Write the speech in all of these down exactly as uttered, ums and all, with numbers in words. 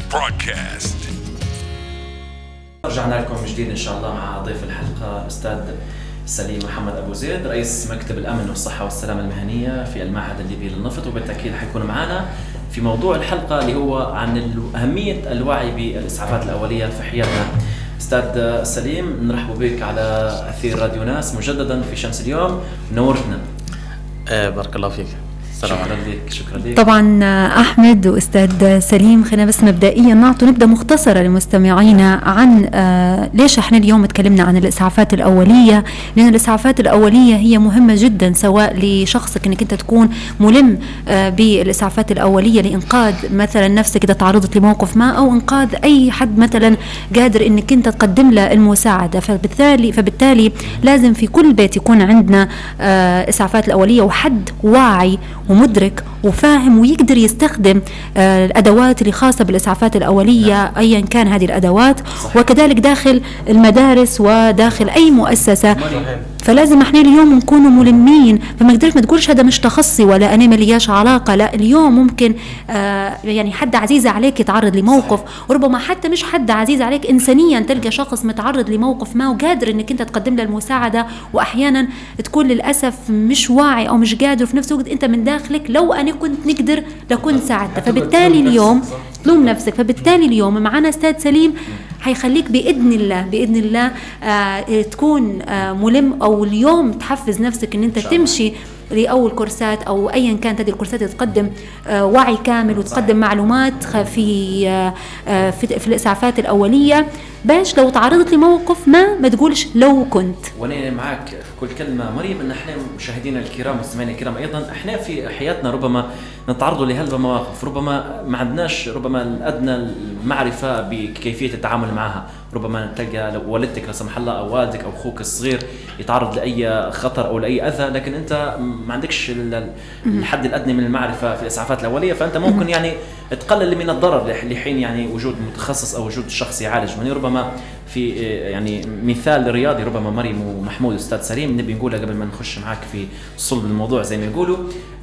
Broadcast. رجعنا لكم جديد إن شاء الله مع ضيف الحلقة أستاذ سليم محمد أبو زيد، رئيس مكتب الأمن والصحة والسلامة المهنية في المعهد الليبي للنفط، وبالتأكيد حيكون معنا في موضوع الحلقة اللي هو عن أهمية الوعي بالإسعافات الأولية في حياتنا. أستاذ سليم، نرحب بك على أثير راديو ناس مجددا في شمس اليوم، نورتنا. آه بارك الله فيك. شكرا لك. شكرا لك. طبعا أحمد وأستاذ سليم، خلينا بس مبدئيا نعطي نبدأ مختصرة لمستمعينا عن آه ليش احنا اليوم تكلمنا عن الإسعافات الأولية، لأن الإسعافات الأولية هي مهمة جدا، سواء لشخصك انك انت تكون ملم آه بالإسعافات الأولية لإنقاذ مثلا نفسك إذا تعرضت لموقف ما، أو إنقاذ أي حد مثلا قادر انك انت تقدم له المساعدة. فبالتالي فبالتالي لازم في كل بيت يكون عندنا آه إسعافات الأولية، وحد واعي ومدرك وفاهم ويقدر يستخدم آه الأدوات اللي خاصة بالإسعافات الأولية. نعم. أيا كان هذه الأدوات. صحيح. وكذلك داخل المدارس وداخل أي مؤسسة. صحيح. فلازم احنا اليوم نكون ملمين، فما قدرت ما تقولش هذا مش تخصصي ولا أنا ملياش علاقة. لا، اليوم ممكن آه يعني حد عزيز عليك يتعرض لموقف. صحيح. وربما حتى مش حد عزيز عليك إنسانيا، تلقى شخص متعرض لموقف ما وقادر انك انت تقدم له المساعدة، وأحيانا تكون للأسف مش واعي أو مش قادر، وفي نفس الوقت انت من داخلك لو أنا كنت نقدر لكنت ساعدته. فبالتالي اليوم تلوم نفسك. فبالتالي اليوم معنا أستاذ سليم هيخليك بإذن الله بإذن الله آه تكون آه ملم، أو اليوم تحفز نفسك إن أنت تمشي لأول كورسات أو أيا كانت هذه الكورسات، تقدم آه وعي كامل وتقدم معلومات في آه آه في, في الإسعافات الأولية، باش لو تعرضت لموقف ما ما تقولش لو كنت. وانا معك في كل كلمه مريم، ان احنا مشاهدينا الكرام ومستمعينا الكرام ايضا احنا في حياتنا ربما نتعرض لهذه المواقف، ربما ما عندناش ربما الادنى المعرفه بكيفيه التعامل معها. ربما تلقى لو والدتك لا سمح الله او والدك او اخوك الصغير يتعرض لاي خطر او لاي اذى، لكن انت ما عندكش الحد الادنى من المعرفه في الاسعافات الاوليه، فانت ممكن يعني تقلل من الضرر لحين يعني وجود متخصص او وجود شخص يعالج. يعني ربما في يعني مثال رياضي، ربما مريم ومحمود استاذ سليم نبي نقولها قبل ما نخش معاك في صلب الموضوع زي ما يقولوا.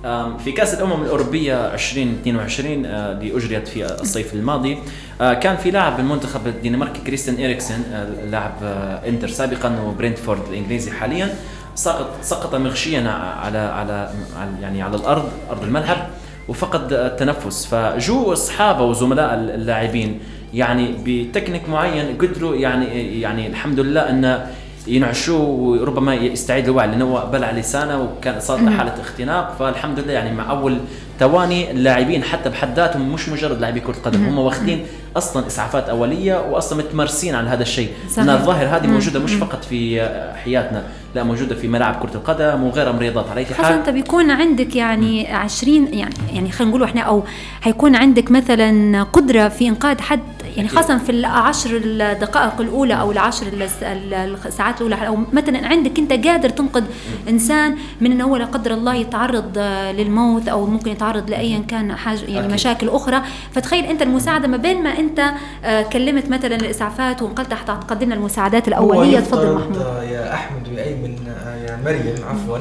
في كأس الأمم الأوروبية عشرين اثنين وعشرين اللي أجريت في الصيف الماضي، كان في لاعب المنتخب الدنماركي كريستيان إريكسن، لاعب إنتر سابقا وبرينتفورد الإنجليزي حاليا، سقط سقط مغشيا على على يعني على الأرض أرض الملعب وفقد التنفس. فجو أصحابه وزملاء اللاعبين يعني بتكنيك معين قدروا يعني يعني الحمد لله أن ينعشوه وربما يستعيد الوعي، لأنه بلع لسانه وكان صار له حالة اختناق. فالحمد لله يعني مع أول تواني اللاعبين حتى بحد ذاتهم مش مجرد لاعبي كرة قدم، هم واخدين أصلا إسعافات أولية وأصلا متمرسين على هذا الشيء. أن الظاهر هذه موجودة مش فقط في حياتنا، لا موجودة في ملعب كرة القدم وغيرها من رياضات. على أي حال أنت بيكون عندك يعني عشرين يعني يعني خلينا نقول إحنا، أو هيكون عندك مثلا قدرة في إنقاذ حد، يعني خاصة في العشر الدقائق الأولى أو العشر الساعات الأولى، أو مثلا عندك أنت قادر تنقذ إنسان من أنه هو لا قدر الله يتعرض للموت أو ممكن يتعرض لأي كان حاجة يعني مشاكل أخرى. فتخيل أنت المساعدة ما بين ما أنت كلمت مثلا الإسعافات وانقلت حتى تقدم المساعدات الأولية. تفضل محمود. يا أحمد وأيمن يا مريم عفوا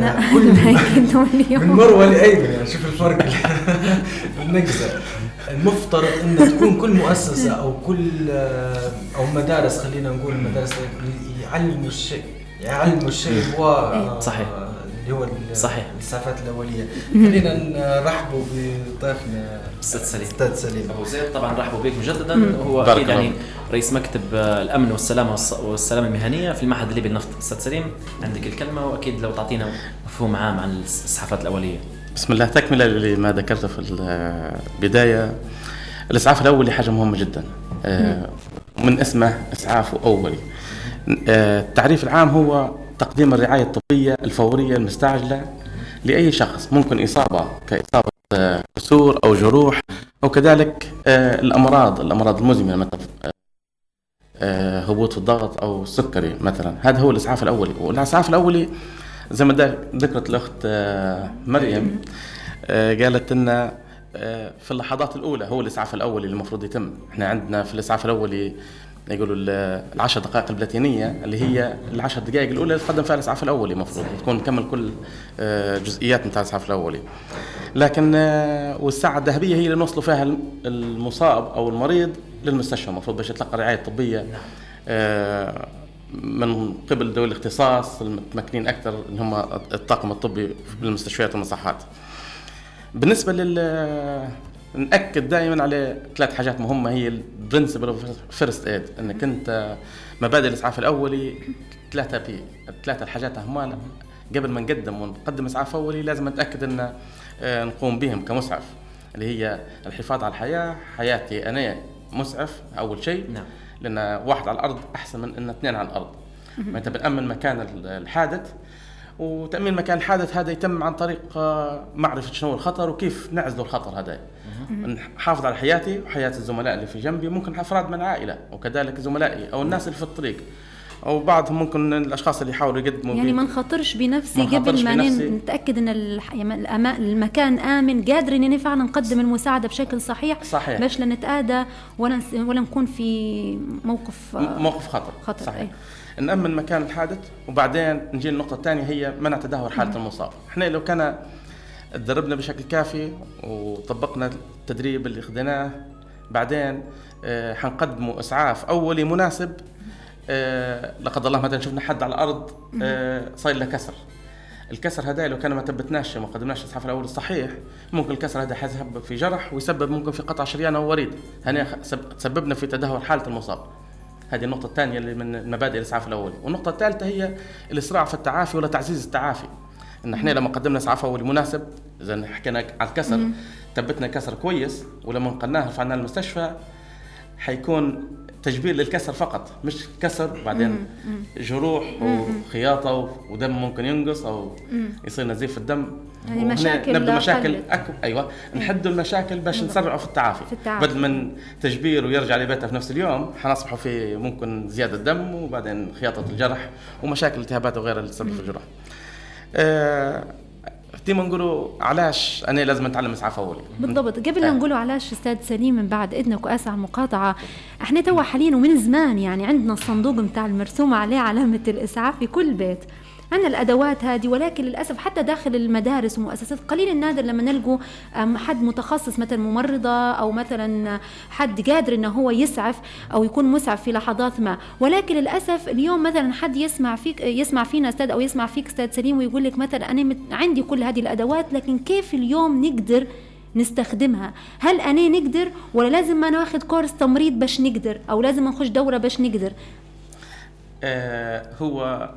كل من مروة لأيمن، يعني شوف الفرق النقزة. المفترض أن تكون كل مؤسسة أو كل أو مدارس، خلينا نقول المدارس يعلموا الشيء يعلموا الشيء هو صحيح اللي هو صحيح الإسعافات الأولية. خلينا نرحبوا بضيفنا أستاذ سليم أستاذ سليم أبو زيد. طبعا رحبوا بك مجددا. هو أكيد يعني رئيس مكتب الأمن والسلامة والسلامة المهنية في المعهد الليبي للنفط. أستاذ سليم عندك الكلمة، وأكيد لو تعطينا مفهوم عام عن الإسعافات الأولية. بسم الله. تكملة لما ذكرته في البداية، الإسعاف الأولي حاجة مهمة جدا، من اسمه إسعاف أولي. التعريف العام هو تقديم الرعاية الطبية الفورية المستعجلة لأي شخص، ممكن إصابة كإصابة كسور أو جروح، أو كذلك الأمراض الأمراض المزمنة مثل هبوط في الضغط أو السكري مثلا. هذا هو الإسعاف الأولي. والإسعاف الأولي زي ما ذكرت الأخت مريم، قالت إن في اللحظات الأولى هو الإسعاف الأولي اللي المفروض يتم. إحنا عندنا في الإسعاف الأولي يقولوا العشر دقائق البلاتينيه اللي هي العشر دقائق الاولى اللي تقدم فيها الاسعاف الاولي، المفروض تكون مكمل كل جزئيات نتاع الاسعاف الاولي. لكن والساعه الذهبيه هي اللي نوصلوا فيها المصاب او المريض للمستشفى، المفروض باش يتلقى رعايه طبيه من قبل ذوي الاختصاص المتمكنين اكثر اللي هم الطاقم الطبي بالمستشفيات والمصحات. بالنسبه لل نأكد دائما على ثلاث حاجات مهمه، هي البرنسبل اوف فيرست ايد، انك انت مبادئ الاسعاف الاولي ثلاثه بي ثلاثه الحاجات هما قبل ما نقدم ونقدم اسعاف اولي لازم نتاكد ان نقوم بهم كمسعف، اللي هي الحفاظ على الحياه، حياتي انا مسعف اول شيء. نعم. لان واحد على الارض احسن من ان اثنين على الارض. ما انت بتامن مكان الحادث، وتامين مكان الحادث هذا يتم عن طريق معرفه شنو الخطر وكيف نعزل الخطر هذا. نحافظ على حياتي وحياه الزملاء اللي في جنبي، ممكن افراد من العائله وكذلك زملائي او الناس اللي في الطريق، او بعضهم ممكن الاشخاص اللي يحاولوا يقدموا يعني ما نخاطرش بنفسي قبل ما نتاكد ان المكان امن، قادرين ان فعلا نقدم المساعده بشكل صحيح, صحيح. باش لا نتاذى ولا ولا نكون في موقف موقف خطر, خطر. صحيح. أي. نأمن مكان الحادث، وبعدين نجي للنقطه الثانيه هي منع تدهور حاله المصاب. احنا لو كان تدربنا بشكل كافي وطبقنا التدريب اللي خدناه، بعدين آه حنقدموا اسعاف اولي مناسب. آه لا قدر الله مثلا شفنا حد على الارض آه صاير له كسر، الكسر هذا لو كان ما ثبتناش وما قدمناش الاسعاف الاولي الصحيح، ممكن الكسر هذا يسبب في جرح ويسبب ممكن في قطع شريان او وريد، هنا تسببنا في تدهور حاله المصاب. هذه النقطه الثانيه اللي من مبادئ الاسعاف الاولي. والنقطه الثالثه هي الاسراع في التعافي ولا تعزيز التعافي. ان احنا لما قدمنا اسعاف اولي مناسب، اذا حكينا على الكسر ثبتنا كسر كويس، ولما نقلناه رفعناه المستشفى حيكون تجبير للكسر فقط، مش كسر بعدين جروح وخياطه ودم ممكن ينقص او يصير نزيف في الدم. يعني مشاكل نبدا مشاكل أك... ايوه نحدوا المشاكل باش نسرعوا في التعافي, في التعافي. بدل من تجبير ويرجع لبيته في نفس اليوم، حنصبحوا في ممكن زياده دم وبعدين خياطه الجرح ومشاكل التهابات وغيرها اللي تسبب في الجروح. آه... ديما نقولوا علاش انا لازم نتعلم اسعاف اولي بالضبط. قبل ما آه. نقولوا علاش استاذ سليم من بعد اذنك واسع المقاطعه، احنا توا حاليا ومن زمان يعني عندنا الصندوق نتاع المرسوم عليه علامه الاسعاف في كل بيت، عندنا الادوات هذه، ولكن للاسف حتى داخل المدارس والمؤسسات قليل النادر لما نلقوا حد متخصص مثلا ممرضه او مثلا حد قادر انه هو يسعف او يكون مسعف في لحظات ما. ولكن للاسف اليوم مثلا حد يسمع فيك يسمع فينا استاذ او يسمع فيك استاذ سليم ويقول لك مثلا انا عندي كل هذه الادوات، لكن كيف اليوم نقدر نستخدمها؟ هل انا نقدر ولا لازم ما ناخذ كورس تمريض باش نقدر، او لازم نخش دوره باش نقدر؟ آه هو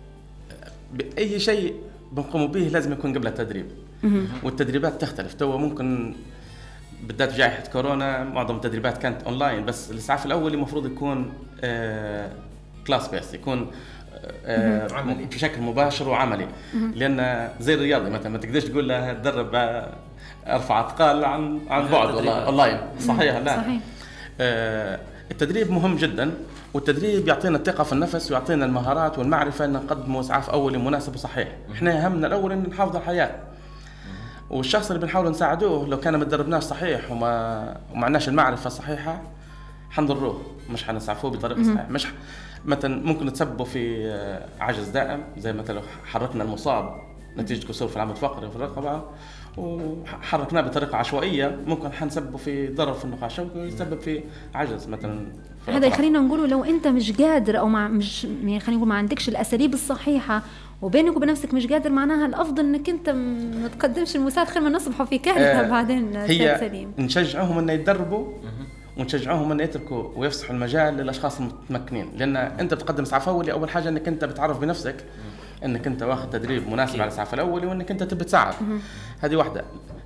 بأي شيء بنقوم به لازم يكون قبل التدريب، والتدريبات تختلف. تو ممكن بالذات جائحة كورونا معظم التدريبات كانت أونلاين، بس الإسعاف الأولي المفروض يكون آه كلاس بيس، يكون آه بشكل مباشر وعملي. لأن زي الرياضي مثلا ما تقدرش تقول له تدرب أرفع أثقال عن عن بعد والله أونلاين. صحيح. لا صحيح. آه التدريب مهم جدا، والتدريب يعطينا الثقة في النفس ويعطينا المهارات والمعرفة أن نقدم إسعاف أولي مناسب وصحيح. إحنا همنا الأول أن نحافظ على الحياة، والشخص اللي بنحاول نساعدوه لو كان ما تدربناش صحيح وما ومعناش المعرفة الصحيحة حنضروه، مش حنسعفوه بطريقة صحيحة. مش ح... مثلا ممكن نتسببوا في عجز دائم، زي مثلا لو حركنا المصاب نتيجة كسور في العمود الفقري وفي الرقبة وحركناه بطريقة عشوائية، ممكن حنسبب في ضرر في النخاع الشوكي ويسبب في عجز مثلا. هذا يخلينا نقوله لو انت مش قادر او مع مش يعني خلينا نقول ما عندكش الاساليب الصحيحه وبينك وبين نفسك مش قادر، معناها الافضل انك انت ما تقدمش المساعده، خير ما نصبحوا في كارثه آه بعدين. هي سليم نشجعهم ان يتدربوا ونشجعهم ان يتركوا ويفسحوا المجال للاشخاص المتمكنين، لان انت بتقدم اسعاف اولي اول حاجه انك انت بتعرف بنفسك انك انت واخد تدريب مناسب على الاسعاف الاولي وانك انت تبي تساعد. هذه واحده.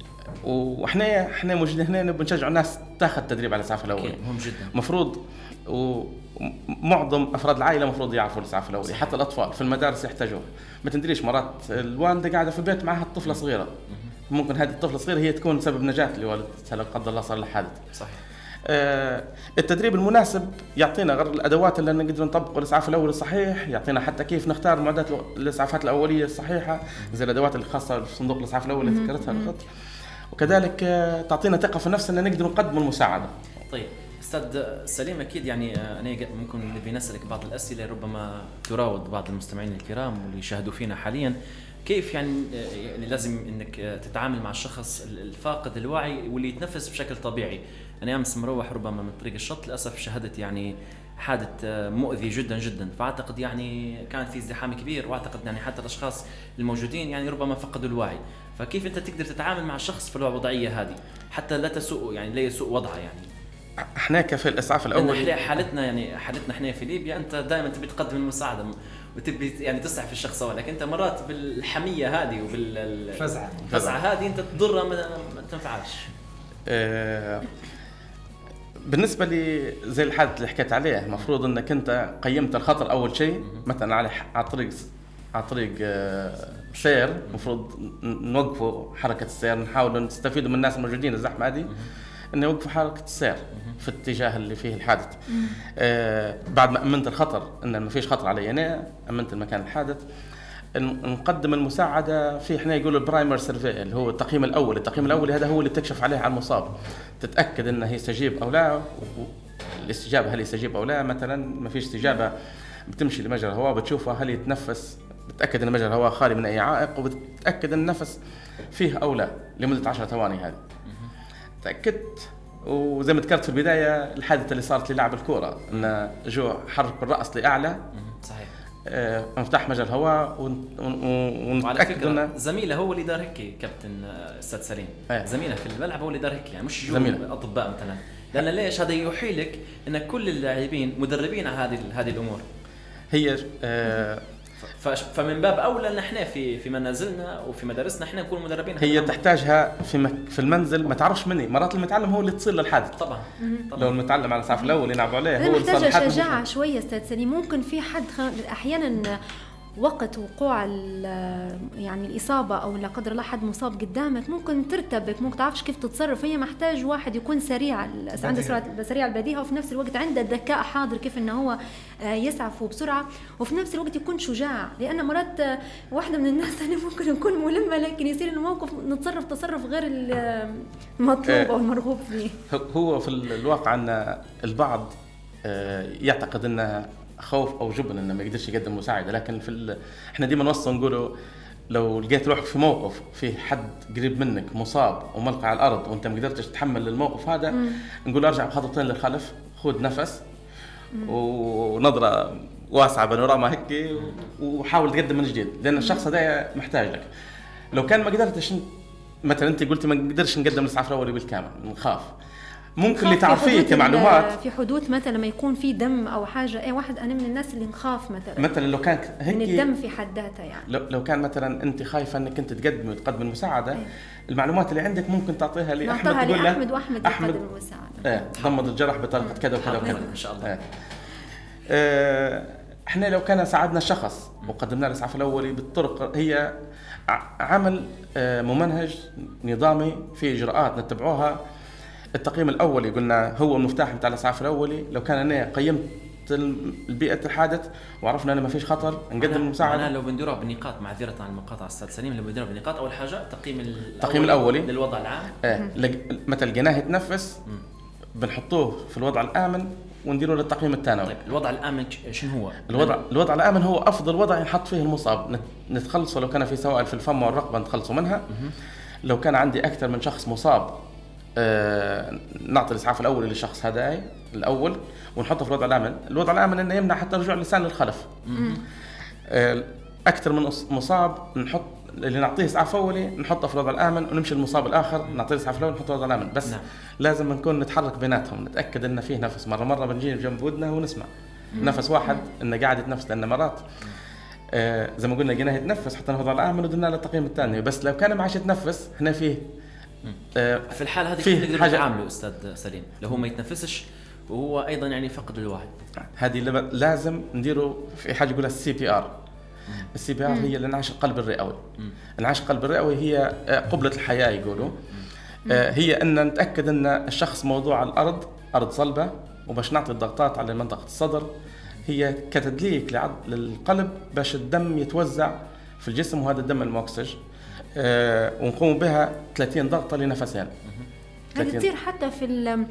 واحنا احنا موجودين هنا بنشجع الناس تاخذ تدريب على الاسعاف الاولي، مهم جدا. مفروض ومعظم افراد العائله مفروض يعرفوا الاسعاف الاولي، حتى الاطفال في المدارس يحتاجوه. ما تندريش مرات الوالده قاعده في البيت معها طفله صغيره، ممكن هذه الطفله الصغيره هي تكون سبب نجاه لوالدتها لو قدر الله صار لها حادث. صحيح. آه التدريب المناسب يعطينا غير الادوات اللي نقدر نطبق الاسعاف الاولي الصحيح، يعطينا حتى كيف نختار معدات الاسعافات الاوليه الصحيحه، زي الادوات اللي خاصه في صندوق الاسعاف الاولي ذكرتها الخط، وكذلك آه تعطينا ثقه في النفس ان نقدر نقدم المساعده. طيب استاذ سليم اكيد يعني انا ممكن نبي نسالك بعض الاسئله ربما تراود بعض المستمعين الكرام واللي يشاهدوا فينا حاليا. كيف يعني, يعني لازم انك تتعامل مع الشخص الفاقد الوعي واللي يتنفس بشكل طبيعي؟ انا امس مروح ربما من طريق الشط للاسف شهدت يعني حادث مؤذي جدا جدا، فاعتقد يعني كان في ازدحام كبير، واعتقد يعني حتى الاشخاص الموجودين يعني ربما فقدوا الوعي. فكيف انت تقدر تتعامل مع الشخص في الوضعيه هذه حتى لا تسوء يعني لا يسوء وضعه؟ يعني احنا كفي الاسعاف الاولي حالتنا يعني حالتنا احنا في ليبيا انت دائما تبي تقدم المساعده وتبي يعني تسعف الشخص، ولكن انت مرات بالحميه هذه وبالفزعه الفزعه هذه انت تضره ما تنفعش. أه بالنسبه لي زي الحادث اللي حكيت عليه، المفروض انك انت قيمت الخطر اول شيء، مثلا على على طريق على طريق سير المفروض نوقفوا حركه السير، نحاول نستفيدوا من الناس الموجودين الزحمه هذه انه يوقفوا حركه السير في الاتجاه اللي فيه الحادث. آه بعد ما امنت الخطر ان ما فيش خطر علي، انا امنت المكان الحادث، نقدم المساعده في احنا يقولوا البرايمر سيرفي اللي هو التقييم الاول. التقييم الاولي هذا هو اللي بتكشف عليه على المصاب، تتاكد انه يستجيب او لا، الاستجابه هل يستجيب او لا. مثلا ما فيش استجابه بتمشي لمجرى الهواء بتشوفه هل يتنفس، بتاكد ان مجرى الهواء خالي من اي عائق، وبتاكد ان النفس فيه او لا لمده عشر ثواني. هذه تاكدت. وزي ما ذكرت في البدايه الحادثه اللي صارت للاعب الكوره ان جو حرك الراس لاعلى، صحيح، آه مفتاح مجال الهواء ونتاكد ان زميله هو اللي دار هيك. كابتن استاذ سليم آه. زميله في الملعب هو اللي دار هيك، يعني مش جو اطباء مثلا، لان ليش هذا يوحي لك ان كل اللاعبين مدربين على هذه هذه الامور. هي آه فمن باب اولى ان احنا في في منازلنا وفي مدارسنا احنا نكون مدربين. هي تحتاجها في مك في المنزل، ما تعرفش مني، مرات المتعلم هو اللي تصير للحادث. طبعا. طبعا لو المتعلم على الاسعاف الاول يلعبوا عليه هو اللي صار الحادث. شجاعه شويه استاذ سليم. ممكن في حد احيانا وقت وقوع يعني الإصابة أو لا قدر الله حد مصاب قدامك ممكن ترتبك، ممكن تعرفش كيف تتصرف. هي محتاج واحد يكون سريع، عنده سرعة سريع البديهة، وفي نفس الوقت عنده الذكاء حاضر كيف إنه هو يسعف بسرعة، وفي نفس الوقت يكون شجاع. لأن مرات واحدة من الناس أنا ممكن نكون ملمة لكن يصير الموقف نتصرف تصرف غير المطلوب أو المرغوب فيه. هو في الواقع أن البعض يعتقد أنه خوف او جبن انه ما يقدرش يقدم مساعده، لكن في ال... احنا ديما نوصل نقولوا لو لقيت روحك في موقف في حد قريب منك مصاب وملقى على الارض وانت ما قدرتش تتحمل الموقف هذا، مم. نقول ارجع بخطوتين للخلف، خذ نفس مم. ونظره واسعه بانوراما هيك، وحاول تقدم من جديد، لان الشخص هذا محتاج لك. لو كان ما قدرتش مثلا انت قلتي ما قدرش نقدم الاسعاف الاولي بالكامل، نخاف ممكن اللي تعرفيه كمعلومات في حدود مثلا لما يكون في دم او حاجه. اي واحد انا من الناس اللي نخاف مثلا مثلا لو كان هيك من الدم في حد ذاته، يعني لو, لو كان مثلا انت خايفه انك انت تقدمي وتقدم المساعده، أيه. المعلومات اللي عندك ممكن تعطيها لاحمد، تقول له احمد واحمد يقدم المساعده، ايه ضمد الجرح بطريقه كذا وكذا وكذا ان شاء الله. ايه. اه احنا لو كان ساعدنا شخص وقدمنا له الاسعاف الاولي بالطرق، هي عمل اه ممنهج نظامي في اجراءات نتبعوها. التقييم الاولي قلنا هو المفتاح بتاع الاسعاف الاولي. لو كان انا قيمت البيئه الحادث وعرفنا انه ما فيش خطر نقدم المساعده. انا لو بنديرها بنقاط، معذره عن المقاطعه استاذ سليم، لو بنديرها بنقاط، اول حاجه التقييم التقييم الاولي للوضع العام. اه مثل لقيناه يتنفس بنحطوه في الوضع الامن ونديره للتقييم الثانوي. طيب الوضع الامن شنو هو؟ الوضع الوضع الامن هو افضل وضع ينحط فيه المصاب، نتخلصه لو كان في سوائل في الفم والرقبه نتخلصوا منها. م- لو كان عندي اكثر من شخص مصاب آه، نعطي الاسعاف الاولي للشخص هذا الاول ونحطه في الوضع الامن. الوضع الامن انه يمنع حتى رجوع اللسان للخلف. آه، اكثر من مصاب نحط اللي نعطيه اسعاف اولي نحطه في الوضع الامن، ونمشي المصاب الاخر نعطيه اسعاف الاولي نحطه في الوضع الامن. بس نعم. لازم نكون نتحرك بيناتهم، نتاكد ان فيه نفس. مره مره بنجي جنب ودنا ونسمع مم. نفس واحد انه قاعد يتنفس، لان مرات آه، زي ما قلنا جينا يتنفس حتى في الوضع الامن ودنا له التقييم الثاني. بس لو كان ما عادش يتنفس هنا فيه آه في الحال هذه كيف نقدر نتعامله استاذ سليم لو هو ما يتنفسش وهو ايضا يعني فقد الوعي؟ هذه لازم نديره في حاجه يقولها السي بي ار. السي بي ار هي الانعاش القلب الرئوي. انعاش القلب الرئوي هي قبلة الحياه يقولوا. آه هي ان نتاكد ان الشخص موضوع على الارض ارض صلبه، وباش نعطي الضغطات على منطقه الصدر، هي كتدليك للقلب باش الدم يتوزع في الجسم، وهذا الدم المؤكسج. آه ونقوم بها ثلاثين ضغطه لنفسين. هذه تصير حتى في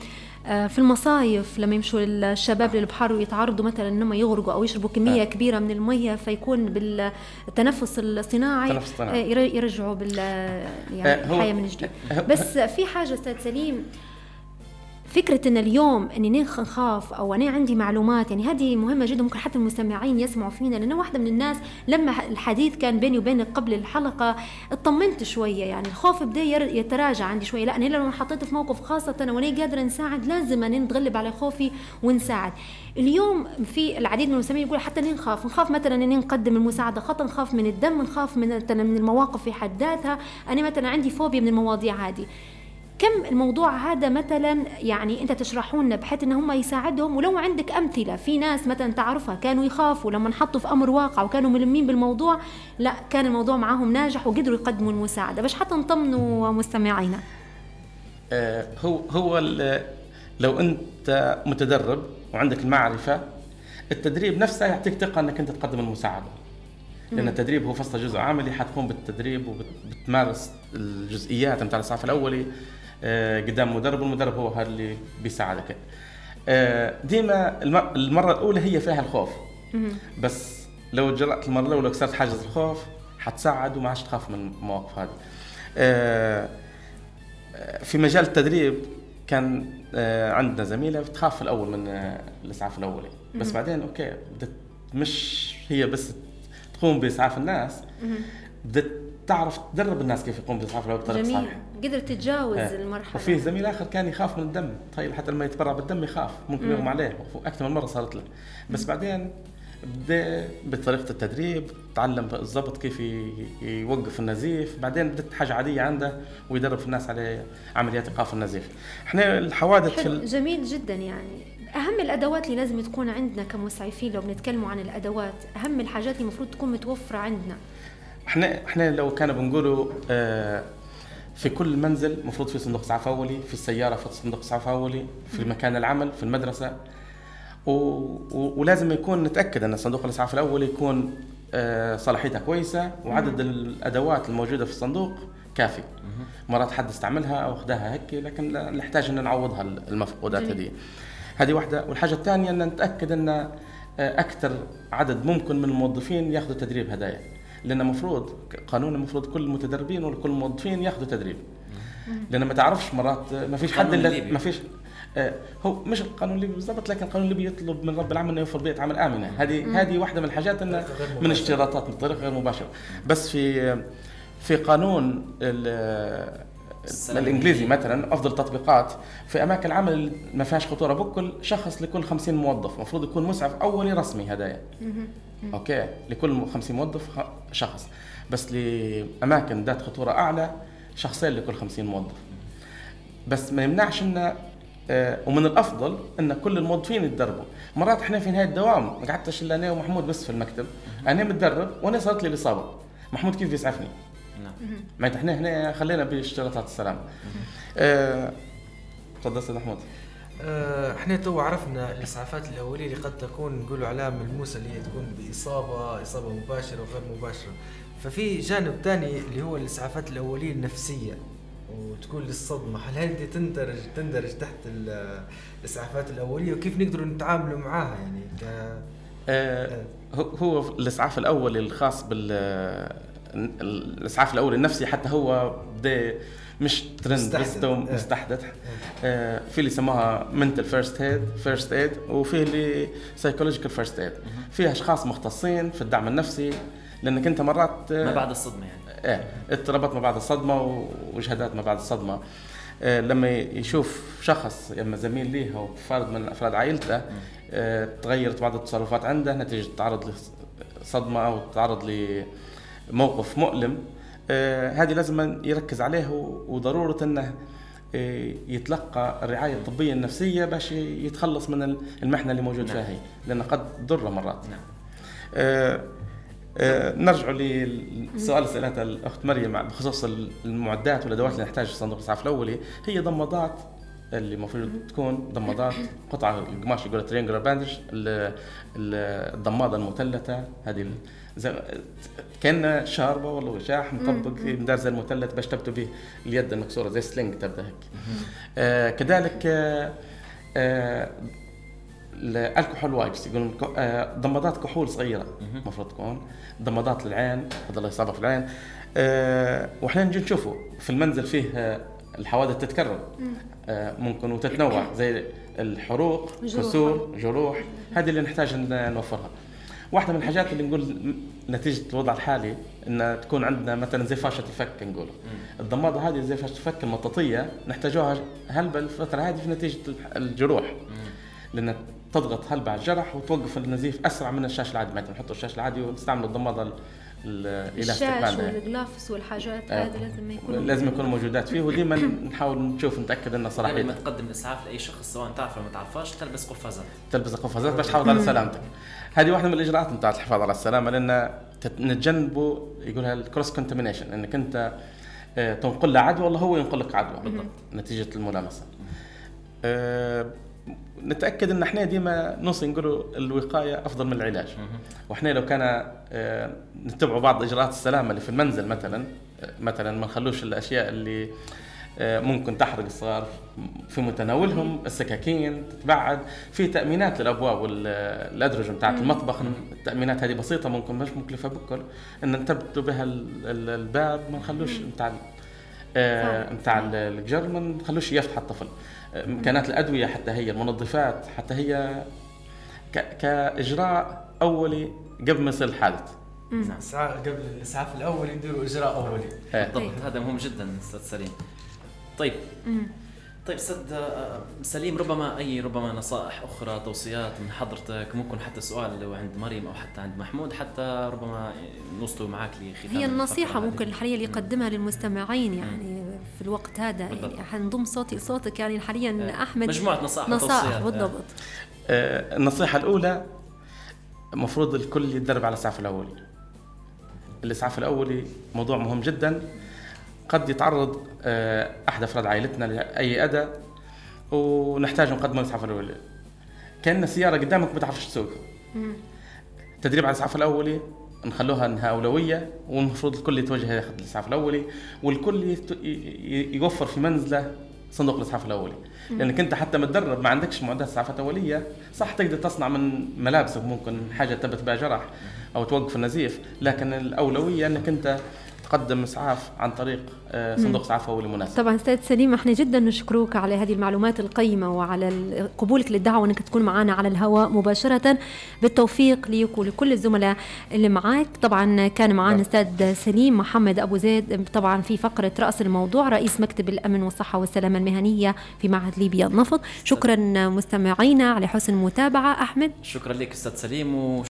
في المصايف لما يمشوا الشباب للبحر ويتعرضوا مثلا انهم يغرقوا او يشربوا كميه آه. كبيره من الميه، فيكون بالتنفس الصناعي يرجعوا بال يعني آه الحياه من جديد. بس في حاجه استاذ سليم، فكرة إن اليوم إني نخاف أو أنا عندي معلومات، يعني هذه مهمة جدا، ممكن حتى المستمعين يسمعوا فينا، لأن واحدة من الناس لما الحديث كان بيني وبينك قبل الحلقة اطمنت شوية، يعني الخوف بدأ يتراجع عندي شوية. لا أنا لو حطيت في موقف خاصة وأنا قادرة نساعد لازم أن نتغلب على خوفي ونساعد. اليوم في العديد من المستمعين يقول حتى نخاف نخاف مثلا إن نقدم المساعدة خطأ، نخاف من الدم، نخاف من من المواقف في حد ذاتها، أنا مثلا عندي فوبيا من المواضيع هذه. كم الموضوع هذا مثلا يعني انت تشرحوا لنا بحيث ان هم يساعدهم، ولو عندك امثله في ناس مثلا تعرفها كانوا يخافوا لما نحطوا في امر واقع وكانوا ملمين بالموضوع، لا كان الموضوع معاهم ناجح وقدروا يقدموا المساعده، باش حتى نطمنوا مستمعينا. آه هو هو لو انت متدرب وعندك المعرفه، التدريب نفسه يعطيك ثقه انك انت تقدم المساعده، لأن التدريب هو فصل جزء عملي، حتقوم بالتدريب وبتمارس الجزئيات متاع الإسعاف الأولي قدام مدرب، والمدرب هو هذا اللي بيساعدك. ديما المرة الأولى هي فيها الخوف، بس لو جرأت المرة الأولى وكسرت حاجز الخوف حتساعد وما عادش تخاف من المواقف هذه. في مجال التدريب كان عندنا زميلة بتخاف في الأول من الإسعاف الأولي، بس بعدين أوكي بدت مش هي بس تقوم بإسعاف الناس، بدت تعرف تدرب الناس كيف يقوم بإسعاف الأولي بطريقة صحيحة، قدرت تتجاوز آه. المرحلة. وفيه زميل آخر كان يخاف من الدم، تخيل حتى لما يتبرع بالدم يخاف، ممكن يغم عليه، أكثر من مرة صارت له. بس بعدين بدأ بطريقة التدريب تعلم بالضبط كيف يوقف النزيف، بعدين بدت حاجة عادية عنده ويدرب الناس على عمليات إيقاف النزيف. إحنا الحوادث في ال... جميل جدا. يعني أهم الأدوات اللي لازم تكون عندنا كمسعفين، لو بنتكلموا عن الأدوات، أهم الحاجات اللي المفروض تكون متوفرة عندنا. إحنا إحنا لو كانوا بنقولوا آه في كل منزل مفروض في صندوق إسعاف أولي، في السيارة في صندوق إسعاف أولي، في مكان العمل، في المدرسة، و... و... ولازم يكون نتأكد أن صندوق الإسعاف الأولي يكون آه صلاحيتها كويسة، وعدد الأدوات الموجودة في الصندوق كافي. مرات حد استعملها أو خداها هيك، لكن نحتاج أن نعوضها المفقودات هذه. هذه واحدة. والحاجة الثانية أن نتأكد أن أكثر عدد ممكن من الموظفين يأخذوا تدريب هدايا، لأن مفروض قانون المفروض كل المتدربين وكل الموظفين يأخذوا تدريب، لأن ما تعرفش مرات ما فيش حد ما فيش آه هو مش القانون الليبي بالضبط، لكن القانون الليبي يطلب من رب العمل انه يوفر بيئه عمل امنه. هذه هذه واحده من الحاجات انه من اشتراطات بطريقه غير مباشره. بس في في قانون الانجليزي مثلا افضل تطبيقات في اماكن العمل ما فيهاش خطوره، بكل شخص لكل خمسين موظف مفروض يكون مسعف اولي رسمي هدايا. اوكي، لكل خمسين موظف شخص، بس لاماكن ذات خطوره اعلى شخصين لكل خمسين موظف. بس ما يمنعش ان آه ومن الافضل ان كل الموظفين يتدربوا. مرات احنا في نهايه الدوام ما قعدتش الا انا ومحمود بس في المكتب، انا متدرب وانا صارت لي الاصابه، محمود كيف يسعفني؟ نعم. ما احنا هنا خلينا باشتراطات السلام. تفضل استاذ محمود. آه احنا تو عرفنا الاسعافات الاوليه اللي قد تكون نقولوا عليها ملموسه، اللي هي تكون باصابه اصابه مباشره وغير مباشره. ففي جانب ثاني اللي هو الاسعافات الاوليه النفسيه وتكون للصدمه، هل هذه تندرج تندرج تحت الاسعافات الاوليه وكيف نقدروا نتعاملوا معاها؟ يعني ك آه هو الاسعاف الاولي الخاص بال الاسعاف الاولي النفسي، حتى هو بدا مش ترند بس مستحدث. آه في اللي يسموها mental first aid first aid وفيه اللي psychological first aid. فيها اشخاص مختصين في الدعم النفسي، لانك انت مرات ما بعد الصدمه يعني ايه اضطرابات ما بعد الصدمه وجهادات ما بعد الصدمه. آه لما يشوف شخص اما زميل ليه او فرد من افراد عائلته آه تغيرت بعض التصرفات عنده نتيجه تعرض لصدمه او تعرض لموقف مؤلم، آه هذه لازم يركز عليه، وضروره انه آه يتلقى الرعايه الطبيه النفسيه باش يتخلص من المحنه اللي موجود فيها هي، لان قد تضره مرات. نعم. آه آه نرجع للسؤال سألتها الأخت مريم بخصوص المعدات والأدوات اللي نحتاجها في صندوق الإسعاف الأولي. هي ضمادات اللي المفروض تكون ضمادات قطعة قماش يقولها ترينجلر باندج، الضمادة المثلثة هذه كأنها شاربة والله وشاح مطبق في مدار زي المثلث باش تبتوا به اليد المكسورة زي سلينج تبدأ هيك. آه كذلك آه آه الكحول وايبس، يقولون آه ضمادات كحول صغيره المفروض تكون ضمادات للعين، هذا الله يصابها في العين. آه واحنا نجي نشوفه في المنزل فيه آه الحوادث تتكرر آه ممكن وتتنوع زي الحروق، كسور، جروح، هذه اللي نحتاج نوفرها. واحدة من الحاجات اللي نقول نتيجة الوضع الحالي إن تكون عندنا مثلا زي فاشة الفك، نقوله الضمادة هذه زي فاشة الفك المطاطية نحتاجوها هلبة الفترة هذه في نتيجة الجروح، لأن تضغط هلبة على الجرح وتوقف النزيف أسرع من الشاش العادي. مثلا نحط الشاش العادي ونستعمل الضمادة الشاش والجلافس والحاجات آه. هذه لازم يكونوا لازم يكونوا موجودات فيه، وديما نحاول نشوف نتأكد إنه صراحة لما تقدم الإسعاف لأي شخص سواء تعرف أو ما تعرفش تلبس قفازات تلبس قفازات باش تحافظ على سلامتك. هذه واحدة من الإجراءات نتاع الحفاظ على السلامة، لأن نتجنبوا يقولها الكروس كونتامينيشن، إنك أنت تنقل له عدوى والله هو ينقل لك عدوى بالضبط نتيجة الملامسة. أه نتأكد إن إحنا ديما نوصي نقولوا الوقاية أفضل من العلاج. وإحنا لو كان أه نتبعوا بعض إجراءات السلامة اللي في المنزل مثلا مثلا ما نخلوش الأشياء اللي أه ممكن تحرق الصغار في متناولهم، السكاكين تتبعد، في تأمينات للأبواب والأدرج بتاعت المطبخ. التأمينات هذه بسيطة ممكن مش مكلفة بكل، إن نثبتوا بها الباب ما نخلوش بتاع أه بتاع الجر ما نخلوش يفتح الطفل. إمكانات الأدوية حتى هي المنظفات حتى هي كإجراء أولي قبل ما يصير الحادث. قبل الإسعاف الأولي نديروا إجراء أولي بالضبط. هذا مهم جدا أستاذ سليم. طيب مم. طيب أستاذ سليم، ربما أي ربما نصائح أخرى توصيات من حضرتك، ممكن حتى سؤال عند مريم أو حتى عند محمود حتى ربما نوصلوا معك لختام هي النصيحة ممكن الحالية اللي يقدمها للمستمعين يعني في الوقت هذا. يعني حنضم صوتي صوتك يعني حاليا أحمد مجموعة نصائح نصائح بالضبط. آه النصيحة الأولى مفروض الكل يتدرب على الإسعاف الأولي. الإسعاف الأولي موضوع مهم جدا، قد يتعرض آه أحد أفراد عائلتنا لأي أذى ونحتاج نقدم الإسعاف الأولي. كأن السيارة قدامك ما تعرفش تسوقها، تدريب على الإسعاف الأولي نخلوها انها اولويه، والمفروض الكل يتوجه ياخذ الاسعاف الاولي، والكل يوفر في منزله صندوق الاسعاف الاولي. لانك انت حتى متدرب ما عندكش معدات اسعافات اوليه، صح تقدر تصنع من ملابسك ممكن حاجه تثبت بها جرح او توقف النزيف، لكن الاولويه انك انت تقدم اسعاف عن طريق صندوق اسعاف اولي مناسب. طبعا استاذ سليم احنا جدا نشكروك على هذه المعلومات القيمه وعلى قبولك للدعوه انك تكون معنا على الهواء مباشره. بالتوفيق ليك ولكل الزملاء اللي معاك. طبعا كان معنا استاذ سليم محمد ابو زيد طبعا في فقره راس الموضوع، رئيس مكتب الامن والصحه والسلامه المهنيه في معهد ليبيا النفط. شكرا مستمعينا على حسن المتابعه. احمد شكرا لك استاذ سليم.